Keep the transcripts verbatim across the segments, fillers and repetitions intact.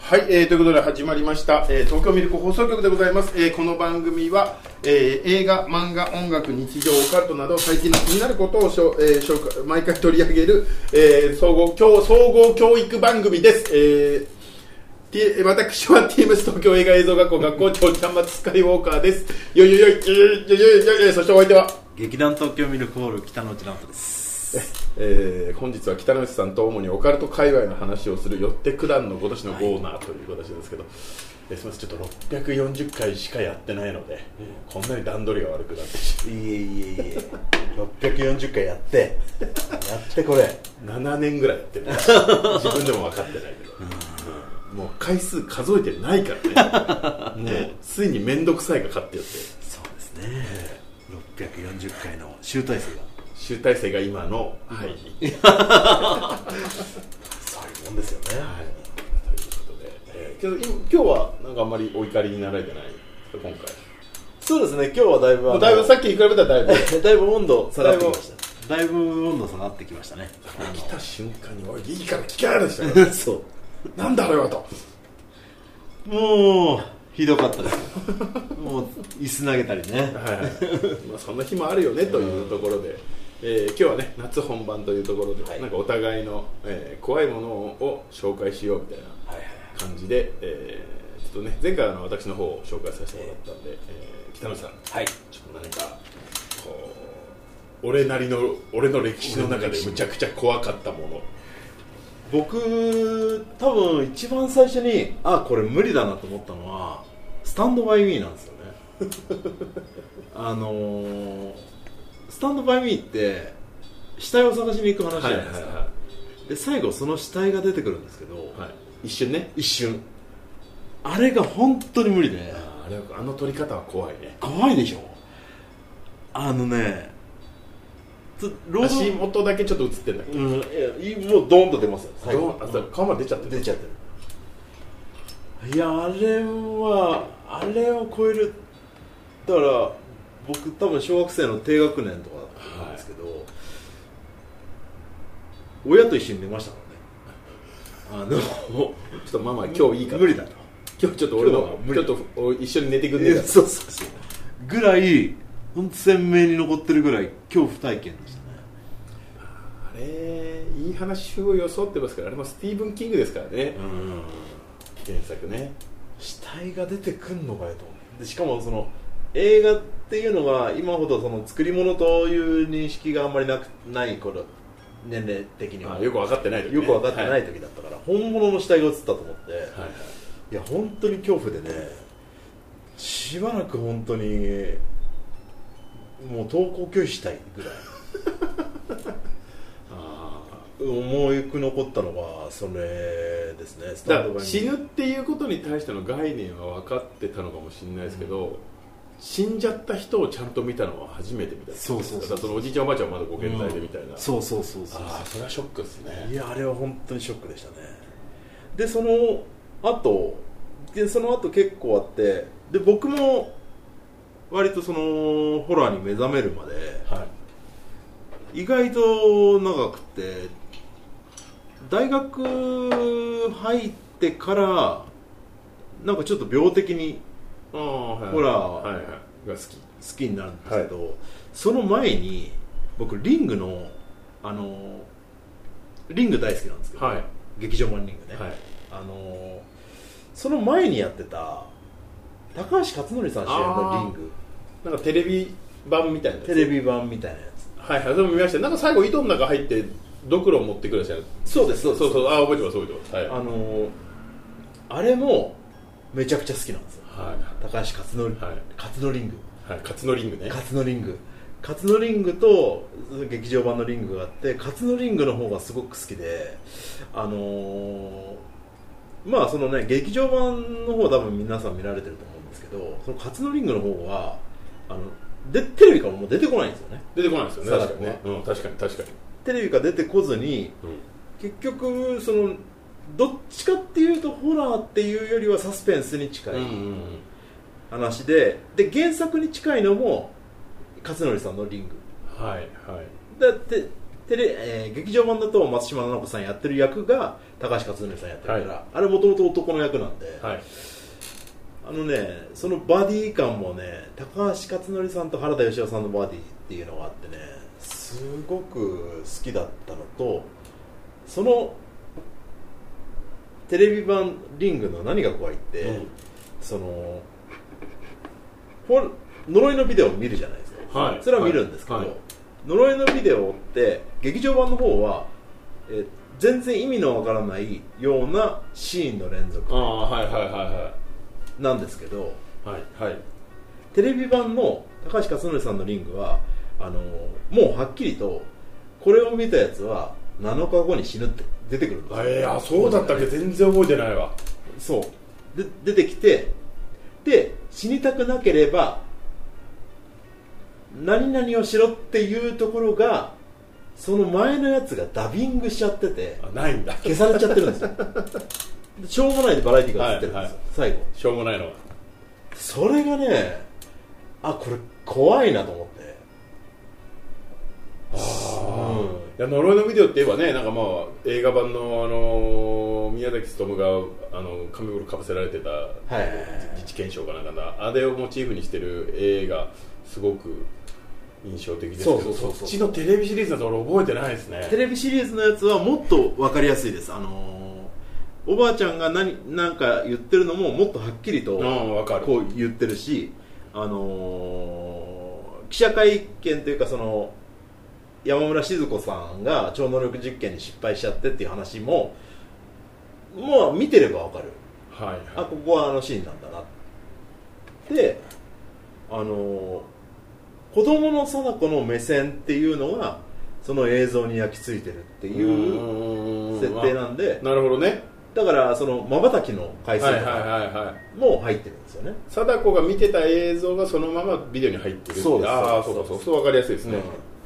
はい、えー、ということで始まりました、えー、東京ミルク放送局でございます。えー、この番組は、えー、映画、漫画、音楽、日常、オカルトなど最近の気になることをしょ、えー、紹介毎回取り上げる、えー、総合教総合教育番組です。えー、私は ティーエムエス 東京映画映像学校学校長ちゃんまつスカイウォーカーです。よいよいよいよいよいよいよい、そしてお相手は劇団東京ミルクホール北野内直人です。 えー、本日は北野内さんと主にオカルト界隈の話をするよって九段の今年のゴーナーという形ですけど、はい、えー、すみません、ちょっとろっぴゃくよんじゅっかいしかやってないので、うん、こんなに段取りが悪くなってしまう。 いえいえいえろっぴゃくよんじゅっかいやってやってこれななねんぐらいやってる自分でも分かってないけど、うん、もう回数数えてないからねもうついに面倒くさいが勝ってやってそうですね、えー、ろっぴゃくよんじゅっかいの集大成が集大成が今の入り、うん、そういうもんですよね、 はい、ということで、えー、けど今日はなんかあんまりお怒りになられてない今回。 そうですね、今日はだいぶだいぶさっきに比べたらだいぶだいぶ温度下がってきましただいぶ温度下がってきましたね。 来た瞬間においいいから聞けないでしたから、ね、そうなんだあれはともうひどかったですもう椅子投げたりね、はい、 まあそんな日もあるよねというところで、えー、今日はね夏本番というところで、はい、なんかお互いの、えー、怖いものを紹介しようみたいな感じで、はいはい、えー、ちょっとね前回の私の方を紹介させてもらったんで、えー、北野さん、はい、ちょっと何かこう俺なりの俺の歴史の中でむちゃくちゃ怖かったもの。 僕多分一番最初にあこれ無理だなと思ったのはスタンドバイミーなんですよねあのー、スタンドバイミーって死体を探しに行く話じゃないですか、はいはいはい、で最後その死体が出てくるんですけど、はい、 一瞬ね一瞬あれが本当に無理で、 ああれあの撮り方は怖いね。 怖いでしょ。あのね足元だけちょっと映ってるんだっけ、うん、 いやもうドーンと出ますよ最後、 うん、顔まで出ちゃってる出ちゃってる。いやあれはあれを超えるだから僕多分小学生の低学年とかだったと思うんですけど、はい、親と一緒に寝ましたからね。あのちょっとママ今日いいから無理だと今日ちょっと俺のちょっと一緒に寝てくんねえかそうそうそうぐらい本当鮮明に残ってるぐらい恐怖体験でしたね。 あれいい話を装ってますから、あれもスティーブン・キングですからね、うん、原作ね。 死体が出てくんのかよと。でしかもその映画っていうのが今ほどその作り物という認識があんまりなくない頃、年齢的にはあよく分かってない時、ね、 よく分かってない時だったから、はい、本物の死体が映ったと思って、はいはい、いや本当に恐怖でね、しばらく本当にもう登校拒否したいぐらいあ思い残ったのがそれですね。スタンドバイミー。 死ぬっていうことに対しての概念は分かってたのかもしれないですけど、うん、死んじゃった人をちゃんと見たのは初めて見た。 そうそうそう。 だからそのおじいちゃんおばあちゃんはまだご健在でみたいな、うん、 そうそうそうそう。 ああそれはショックですね。 いやあれは本当にショックでしたね。でその後でその後結構あって、で僕も割とそのホラーに目覚めるまで、はい、意外と長くて、大学入ってからなんかちょっと病的にホラーが好き、好きになるんですけど、はい、その前に僕リングのあのリング大好きなんですけど、はい、劇場版リングね、はい、あのその前にやってた高橋克典さん主演のリング、 なんかテレビ版みたいなやつ、 テレビ版みたいなやつ、 はいはい、それも見ました。なんか最後糸の中入ってドクロを持ってくるじゃん。 そうですそうです、 そうそう、あ覚えてます覚えてます、はい、 あのー、あれもめちゃくちゃ好きなんですよ、はい、高橋克典、はい、克典リング、 はい、克典リングね、 克典リング克典リングと劇場版のリングがあって、克典リングの方がすごく好きで、あのー、まあそのね劇場版の方は多分皆さん見られてると思うんですけど、その克典リングの方はあのでテレビからもう出てこないんですよね。 出てこないんですよね。確かにね、うん、確かに確かにテレビから出てこずに、うん、結局そのどっちかっていうとホラーっていうよりはサスペンスに近い話で、で原作に近いのも克典さんのリング、 はいはい、 だってテレ、えー、劇場版だと松島菜々子さんやってる役が高橋克典さんやってるから、はい、あれもともと男の役なんで、はい、あのね、そのバディ感もね、高橋克典さんと原田芳雄さんのバディっていうのがあってね、すごく好きだったのと、そのテレビ版リングの何が怖いって、うん、その呪いのビデオを見るじゃないですか、はい、それは見るんですけど、はいはい、呪いのビデオって劇場版の方は、え全然意味のわからないようなシーンの連続なんですけど、はいはい、テレビ版の高橋克典さんのリングはあのもうはっきりとこれを見たやつはなのかごに死ぬって出てくるんですよ。 えー、あ、そうだったっけ、全然覚えてないわ。 そうで出てきて、で死にたくなければ何々をしろっていうところがその前のやつがダビングしちゃってて、 あ、ないんだ、 消されちゃってるんですよしょうもないでバラエティが映ってるんですよ、はいはい、最後しょうもないのがそれがね、あ、これ怖いなと思って、 あ、うん、いや呪いのビデオって言えばね、なんかまあ映画版の、あのー、宮崎勉があの紙袋かぶせられてた、はい、自治憲章かなんかだ、あれをモチーフにしてる映画すごく印象的ですけど、そうそうそうそう、そっちのテレビシリーズだと俺覚えてないですね。 テレビシリーズのやつはもっと分かりやすいです。あのーおばあちゃんが何なんか言ってるのももっとはっきりとこう言ってるし、あのー、記者会見というか、その山村静子さんが超能力実験に失敗しちゃってっていう話ももう見てればわかる、はいはい、あ、ここはあのシーンなんだなで、あのー、子供の貞子の目線っていうのがその映像に焼き付いてるっていう設定なんで、 なるほどね。 だからその瞬きの回数とかも入ってるんですよね。 貞子が見てた映像がそのままビデオに入ってるって。 そうです。 ああ、そうそうそう、分かりやすいですね、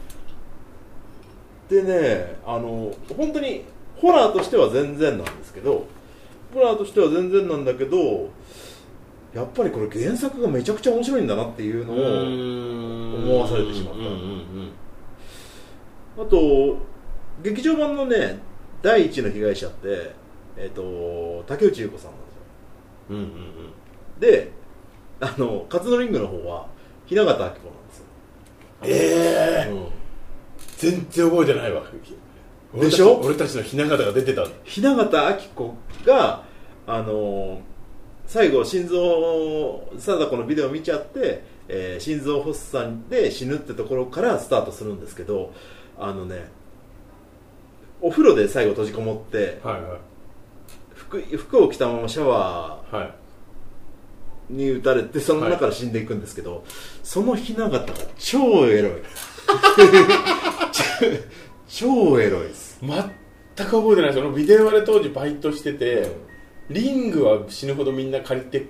うん、でね、あの本当にホラーとしては全然なんですけどホラーとしては全然なんだけどやっぱりこれ原作がめちゃくちゃ面白いんだなっていうのを思わされてしまった。うんうんうん、あと劇場版のね第一の被害者ってえー、と竹内優子さんなんですよ、うんうんうん、で、あのカツノリングの方は雛形あき子なんですよ。 えー、うん、全然覚えてないわ。 でしょ。 俺たちの雛形が出てた。 雛形あき子があの最後心臓貞子のビデオを見ちゃって、えー、心臓発作で死ぬってところからスタートするんですけど、あのねお風呂で最後閉じこもって、はいはい、服, 服を着たままシャワーに打たれてその中から死んでいくんですけど、はい、その雛形が超エロい超エロいです。 全く覚えてない。そのビデオで当時バイトしてて、うん、リングは死ぬほどみんな借りてって、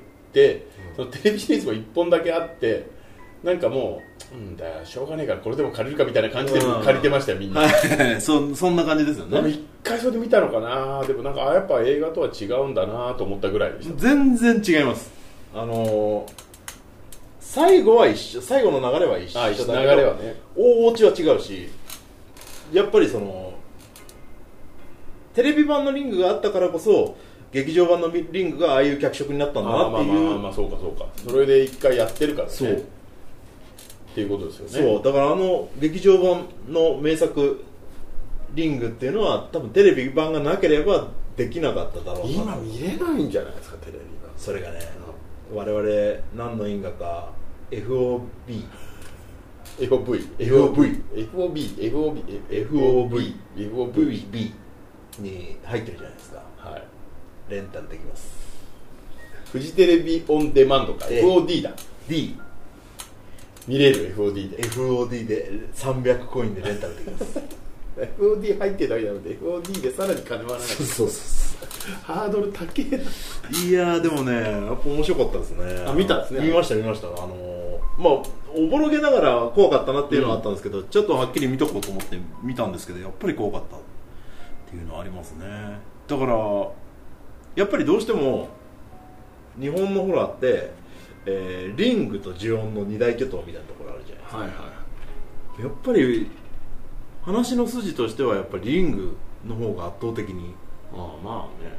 うん、そのテレビシリーズもいっぽんだけあって、なんかもう、うんだよしょうがねえからこれでも借りるかみたいな感じで借りてましたよ、みんな、 はい、そ, そんな感じですよね。 一回それで見たのかな。でもなんかあやっぱ映画とは違うんだなと思ったぐらいでした。 全然違います。あのー、最後は一緒、最後の流れは一緒だけど、 流れはね、 大落ちは違うし、やっぱりそのテレビ版のリングがあったからこそ劇場版のリングがああいう脚色になったんだなっていう。 まあまあまあまあ、そうかそうか、それで一回やってるからね。そうっていうことですよね。 そうだからあの劇場版の名作リングっていうのは多分テレビ版がなければできなかっただろうな。 今見れないんじゃないですか、テレビ版。 それがね、うん、我々何の因果か エフオービーエフオーブイエフオーブイエフオービー エフオービー エフオーブイ エフオーブイに入ってるじゃないですか。はい、レンタルできます。 フジテレビオンデマンドか、エフオーディー だ。 D 見れる エフオーディー でエフオーディー でさんびゃくコインでレンタルできますエフオーディー 入ってるだけなので エフオーディー でさらに金回らない。 そうそうそうハードル高えな。 いやでもねやっぱ面白かったですね。 あ、見たんですね。 見ました見ました。あのー、まあおぼろげながら怖かったなっていうのはあったんですけど、うん、ちょっとはっきり見とこうと思って見たんですけど、やっぱり怖かったっていうのはありますね。だからやっぱりどうしても日本のホラーって、えー、リングと呪怨の二大巨頭みたいなところあるじゃないですか。はいはい、やっぱり話の筋としてはやっぱりリングの方が圧倒的にああまあね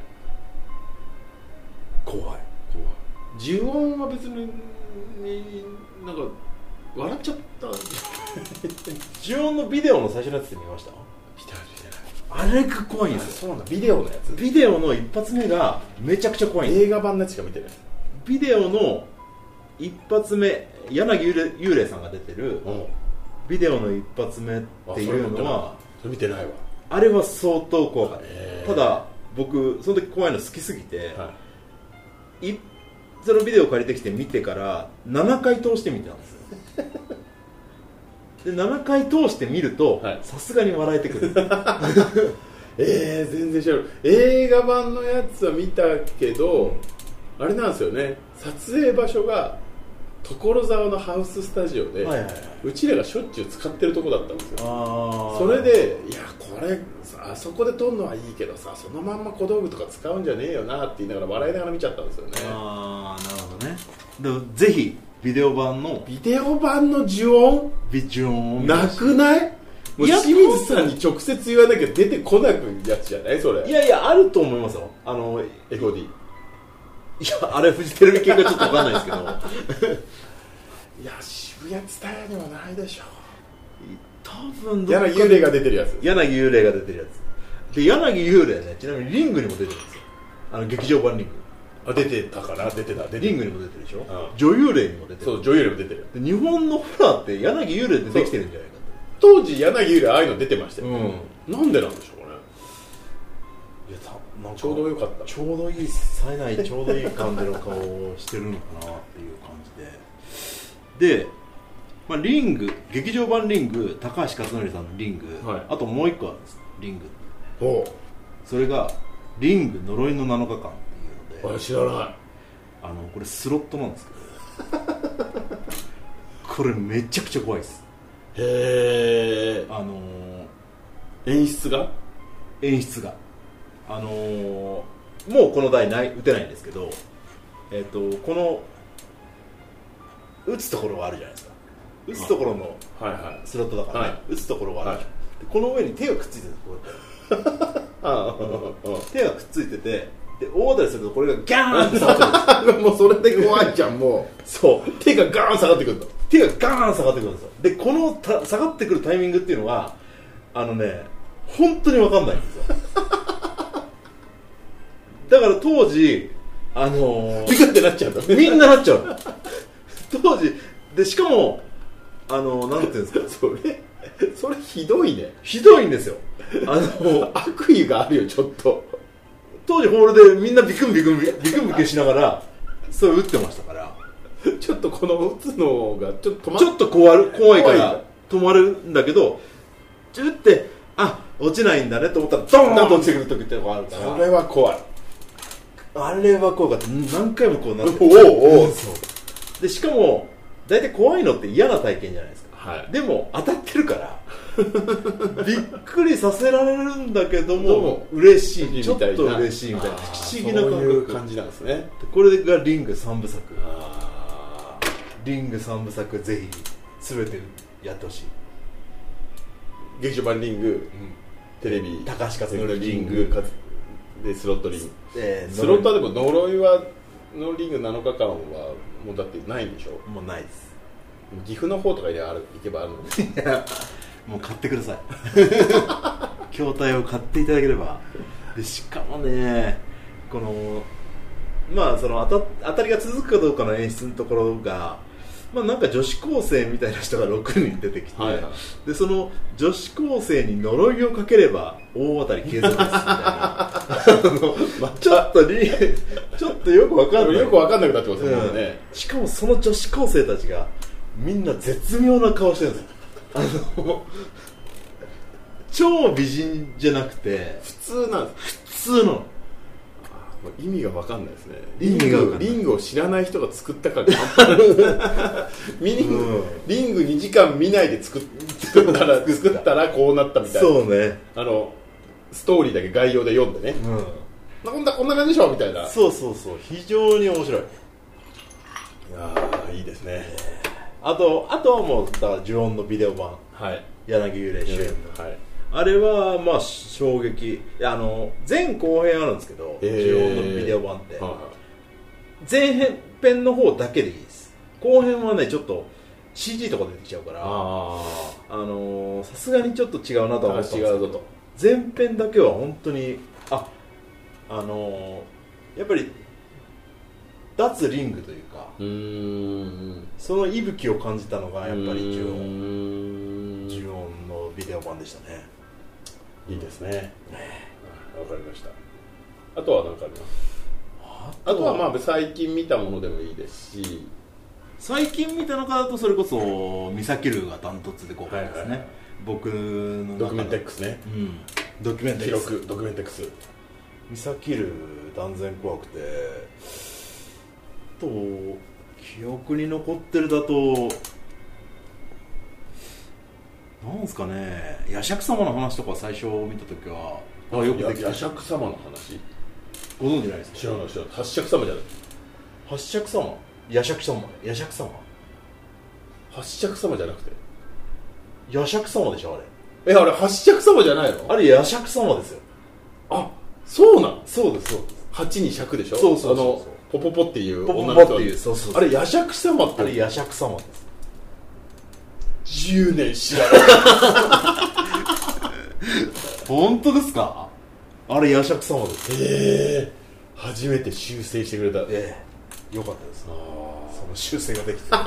怖い怖い。 呪音は別になんか笑っちゃった呪音のビデオの最初のやつって見ました？ 見てない見てない。 あれが怖いんですよ。 そうなんだ。ビデオのやつ。 ビデオの一発目がめちゃくちゃ怖いんです。 映画版のやつしか見てない。 ビデオの一発目、柳幽霊さんが出てるビデオの一発目っていうのは、 それ見てないわ。 あれは相当怖かった。ただ僕その時怖いの好きすぎて、はい、いそのビデオ借りてきて見てからななかい通して見てたんですよでななかい通して見るとさすがに笑えてくるえー、全然知らない。映画版のやつは見たけど、うん、あれなんですよね、撮影場所が所沢のハウススタジオで、はいはいはい、うちらがしょっちゅう使ってるとこだったんですよ。あそれでいやこれあそこで撮るのはいいけどさ、そのまんま小道具とか使うんじゃねえよなって言いながら笑いながら見ちゃったんですよね。 ああなるほどね。でもぜひビデオ版のビデオ版の呪音ビジョンなくない？もう清水さんに直接言わなきゃ出てこなくやつじゃないそれ。 いやいやあると思いますよ。あのエフオーディーいやあれフジテレビ系がちょっと分かんないですけどいや渋谷ツタヤにはないでしょ。 多分柳幽霊が出てるやつ。 柳幽霊が出てるやつで、柳幽霊ね、ちなみにリングにも出てるんですよ。あの劇場版リング。 あ出てたかな。出てた出てた。 リングにも出てるでしょ、うん、女優霊にも出てる。 そう女優霊も出てる。 で日本のホラーって柳幽霊でできてるんじゃないかと。当時柳幽霊ああいうの出てましたよ、ね、うん、なんでなんでしょうね。 いやたなんかちょうどよかった。 ちょうどいい冴えないちょうどいい感じの顔をしてるのかなっていう感じでで、まあ、リング劇場版リング高橋克典さんのリング、はい、あともう一個あるんですリング。 おそれがリング呪いのなのかかんっていうので、 あ知らない。 あのこれスロットなんですけどこれめちゃくちゃ怖いです。 へえ。 あのー、演出が演出があのー、もうこの台ない打てないんですけど、えー、とこの打つところがあるじゃないですか。打つところのスロットだからね、はい、打つところがある、はい、この上に手がくっついてるこうやって手がくっついててで大当たりするとこれがギャーンって下がってくるもうそれで怖いじゃん。もうそう手がガーン下がってくるの。 手がガーン下がってくるんですよ。でこのた下がってくるタイミングっていうのはあのね本当に分かんないんですよだから当時あのー、 ピカってなっちゃうみんななっちゃう当時でしかもあのなんていうんですかそれそれひどいね。 ひどいんですよ。あの悪意があるよちょっと。 当時ホールでみんなビクンビクンビクンビクンしながらそう打ってましたからちょっとこの打つのがちょっと止まちょっと怖い怖いから止まるんだけど打ってあ落ちないんだねと思ったらドーンと落ちてくる時ってのがあるからそれは怖い。 あれは怖かった。何回もこうなっておおおでしかも大体怖いのって嫌な体験じゃないですか、 はい、 でも当たってるからびっくりさせられるんだけども嬉しいちょっと嬉しいみたいな不思議な感覚。 そういう感じなんですね。 これがリングさんぶさく。リングさんぶさくぜひ全てやってほしい。 劇場版リング、うん、テレビ高橋克典のリングでスロットリング、えー、スロットはでも呪いはのリングなのかかんはもうだってないんでしょ。 もうないです。 岐阜の方とかである行けばあるのいやもう買ってください筐体を買っていただければ。でしかもねこのまあその当た、当たりが続くかどうかの演出のところがまあなんか女子高生みたいな人がろくにん出てきて、はいはい、でその女子高生に呪いをかければ大当たり継続ですみたいなまあ、ちょっとリちょっとよくわかんないよくわかんなくなってますもんね、 うん、しかもその女子高生たちがみんな絶妙な顔してるんですよ。あの超美人じゃなくて普通なんです。 普通の意味が分かんないですね。 リングリングを知らない人が作ったからリング、うん、リングにじかん見ないで作っ、作ったら作ったらこうなったみたいな。 そうね。 あのストーリーだけ概要で読んでね、うん、こんなこんな感じでしょみたいな。 そうそうそう非常に面白い。いやいいですね。 あとあとはもうだから呪音のビデオ版。 はい。 柳幽霊主演の、はい、あれはまあ衝撃。あの前後編あるんですけど、呪音のビデオ版って、はいはい、前編の方だけでいいです。後編はねちょっと シージー とか出てきちゃうから、ああのさすがにちょっと違うなと思ったんですけど、前編だけは本当にああのー、やっぱり脱リングというか、うーんその息吹を感じたのがやっぱり呪音呪音のビデオ版でしたね。 いいですね。わかりました。あとは何かあります？あとはまあ最近見たものでもいいですし、 最近見たのかだとそれこそミサキルがダントツで公開ですね、はいはいはい、僕のドキュメンテックスね、 うん、ドキュメンテックス記録ドキュメンテックスミサキル断然怖くて、と記憶に残ってるだとなんですかね、夜叉様の話とか最初見たときはあよくできた。夜叉様の話ご存知ないですか？ 知らない知らない。八尺様じゃない？ 八尺様夜叉様夜叉様八尺様じゃなくて夜叉様でしょあれ。 えあれ八尺様じゃないの？ あれ夜叉様ですよ。 あそうなん？ そうですそうです。 八に尺でしょ。 そうそうそうそう。あのポポポっていう女の子っていうそうそうそう。 あれ夜叉様ってあれ夜叉様です。 じゅうねん知らない本当ですか？あれ夜叉様です。 ええー、初めて修正してくれた。 ええー、よかったです。あその修正ができてよか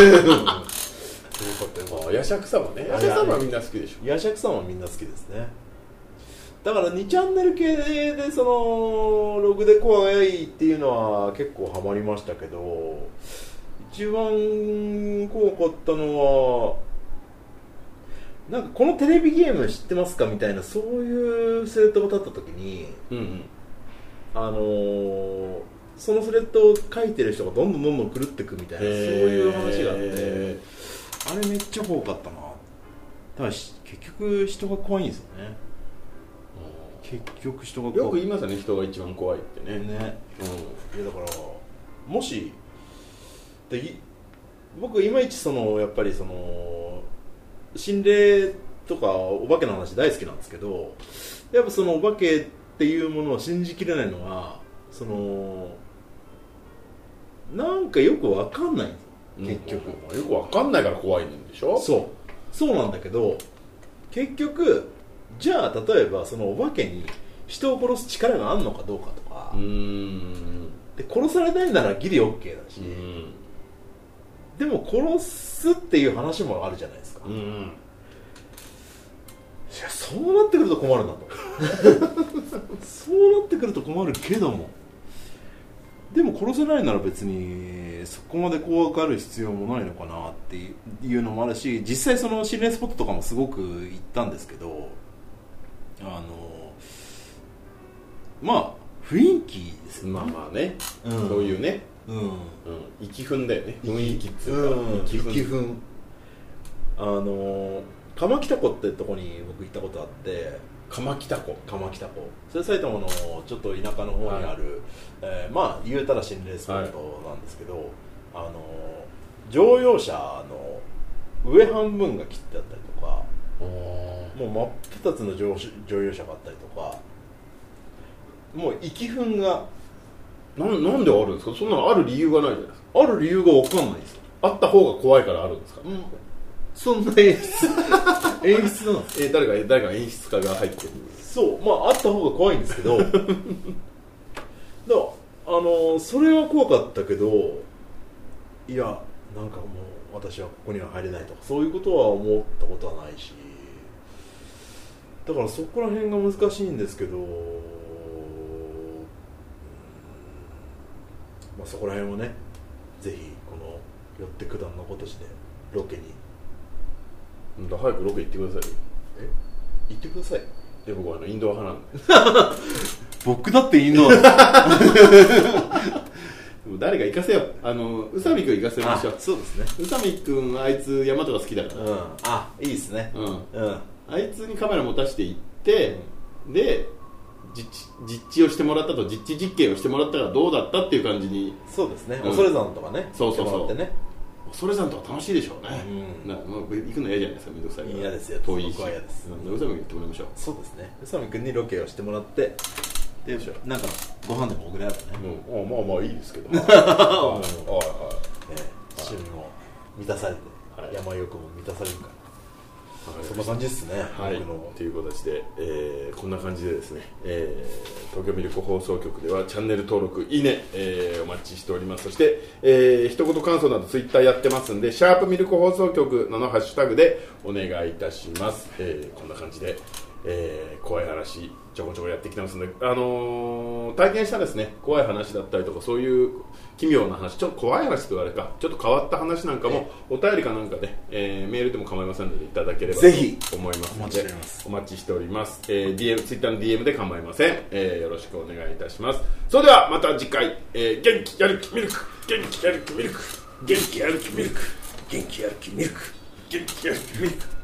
ったよ。 夜叉様ね。夜叉様はみんな好きでしょ。 夜叉様はみんな好きですね。だからにチャンネル系でそのログで怖いっていうのは結構ハマりましたけど、一番怖かったのはなんかこのテレビゲーム知ってますかみたいなそういうスレッドが立った時に、うんうん、あのー、そのスレッドを書いてる人がどんどんどんどん狂っていくみたいなそういう話があって、あれめっちゃ怖かったな。ただ結局人が怖いんですよね。結局人が怖い。 よく言いますよね、人が一番怖いってね。ね、 うん、いやだからもしで僕いまいちそのやっぱりその心霊とかお化けの話大好きなんですけど、やっぱそのお化けっていうものを信じきれないのはそのなんかよくわかんないんですよ結局、 うん、よくわかんないから怖いんでしょ。 そうそうなんだけど結局じゃあ例えばそのお化けに人を殺す力があるのかどうかとか、うーんで殺されないならギリ OK だし、うんでも殺すっていう話もあるじゃないですか、うん、いやそうなってくると困るなとそうなってくると困るけどもでも殺せないなら別にそこまで怖がる必要もないのかなっていうのもあるし、実際その心霊スポットとかもすごく行ったんですけど、あのまあ雰囲気ですよね。 まあまあね、うん、そういうねうんうん、息踏んだよね。雰囲気っていうか、うん、息踏ん。 あの鎌北湖ってとこに僕行ったことあって、 鎌北湖鎌北湖それ埼玉のちょっと田舎の方にある、はいえー、まあ言うたら心霊スポットなんですけど、はい、あの乗用車の上半分が切ってあったりとか、もう真っ二つの 乗, 乗用車があったりとか、もう息踏がな, なんであるんですか。そんなのある理由がないじゃないですか。 ある理由が分かんないですよ。 あった方が怖いからあるんですか、うん、 そんな演出演出なんです、 えー、誰か誰か演出家が入ってる。 そうまああった方が怖いんですけどだからあのそれは怖かったけど、いやなんかもう私はここには入れないとかそういうことは思ったことはないし、だからそこら辺が難しいんですけど、まあ、そこら辺をねぜひこの寄って九段のごとしでロケに早くロケ行ってください。 え行ってください。 で僕はあのインドア派なんで僕だってインドアでも誰か行かせよう。あの宇佐美君行かせましょう。 そうですね。 宇佐美君あいつ山とか好きだから、 うん、あいいですね、うんうん、 あいつにカメラ持たせて行って、うん、で実地をしてもらったと実地実験をしてもらったからどうだったっていう感じに。 そうですね、うん、恐山とかねそうそうそうってね、 それさんとは楽しいでしょうね、うん、なまあ、行くの嫌じゃないですか、めんどくさいから。嫌ですよ、遠いし。僕は嫌です。宇佐美君行ってもらいましょう。 そうですね、宇佐美君にロケをしてもらって、でなんかご飯でもおぐらいあるね、 うん、まあまあいいですけど、まあ、はい、 ね、趣味も満たされて、はい、山欲も満たされるから、そんな感じですね。 はい、という形で、えー、こんな感じでですね、えー、東京ミルク放送局ではチャンネル登録、いいね、えー、お待ちしております。そして、えー、一言感想などツイッターやってますんで、シャープミルク放送局のハッシュタグでお願いいたします。えー、こんな感じで、えー、怖い話ちょこちょこやってきてますので、あのー、体験したですね、怖い話だったりとか、そういう奇妙な話、ちょっと怖い話とかあれか、ちょっと変わった話なんかもお便りかなんかで、えー、メールでも構いませんのでいただければと思いますので、お待ちしております。えー、ディーエム、ツイッターの ディーエム で構いません、えー、よろしくお願いいたします。それではまた次回、えー、元気やる気ミルク、元気やる気ミルク、元気やる気ミルク、元気やる気ミルク、元気やる気ミルク。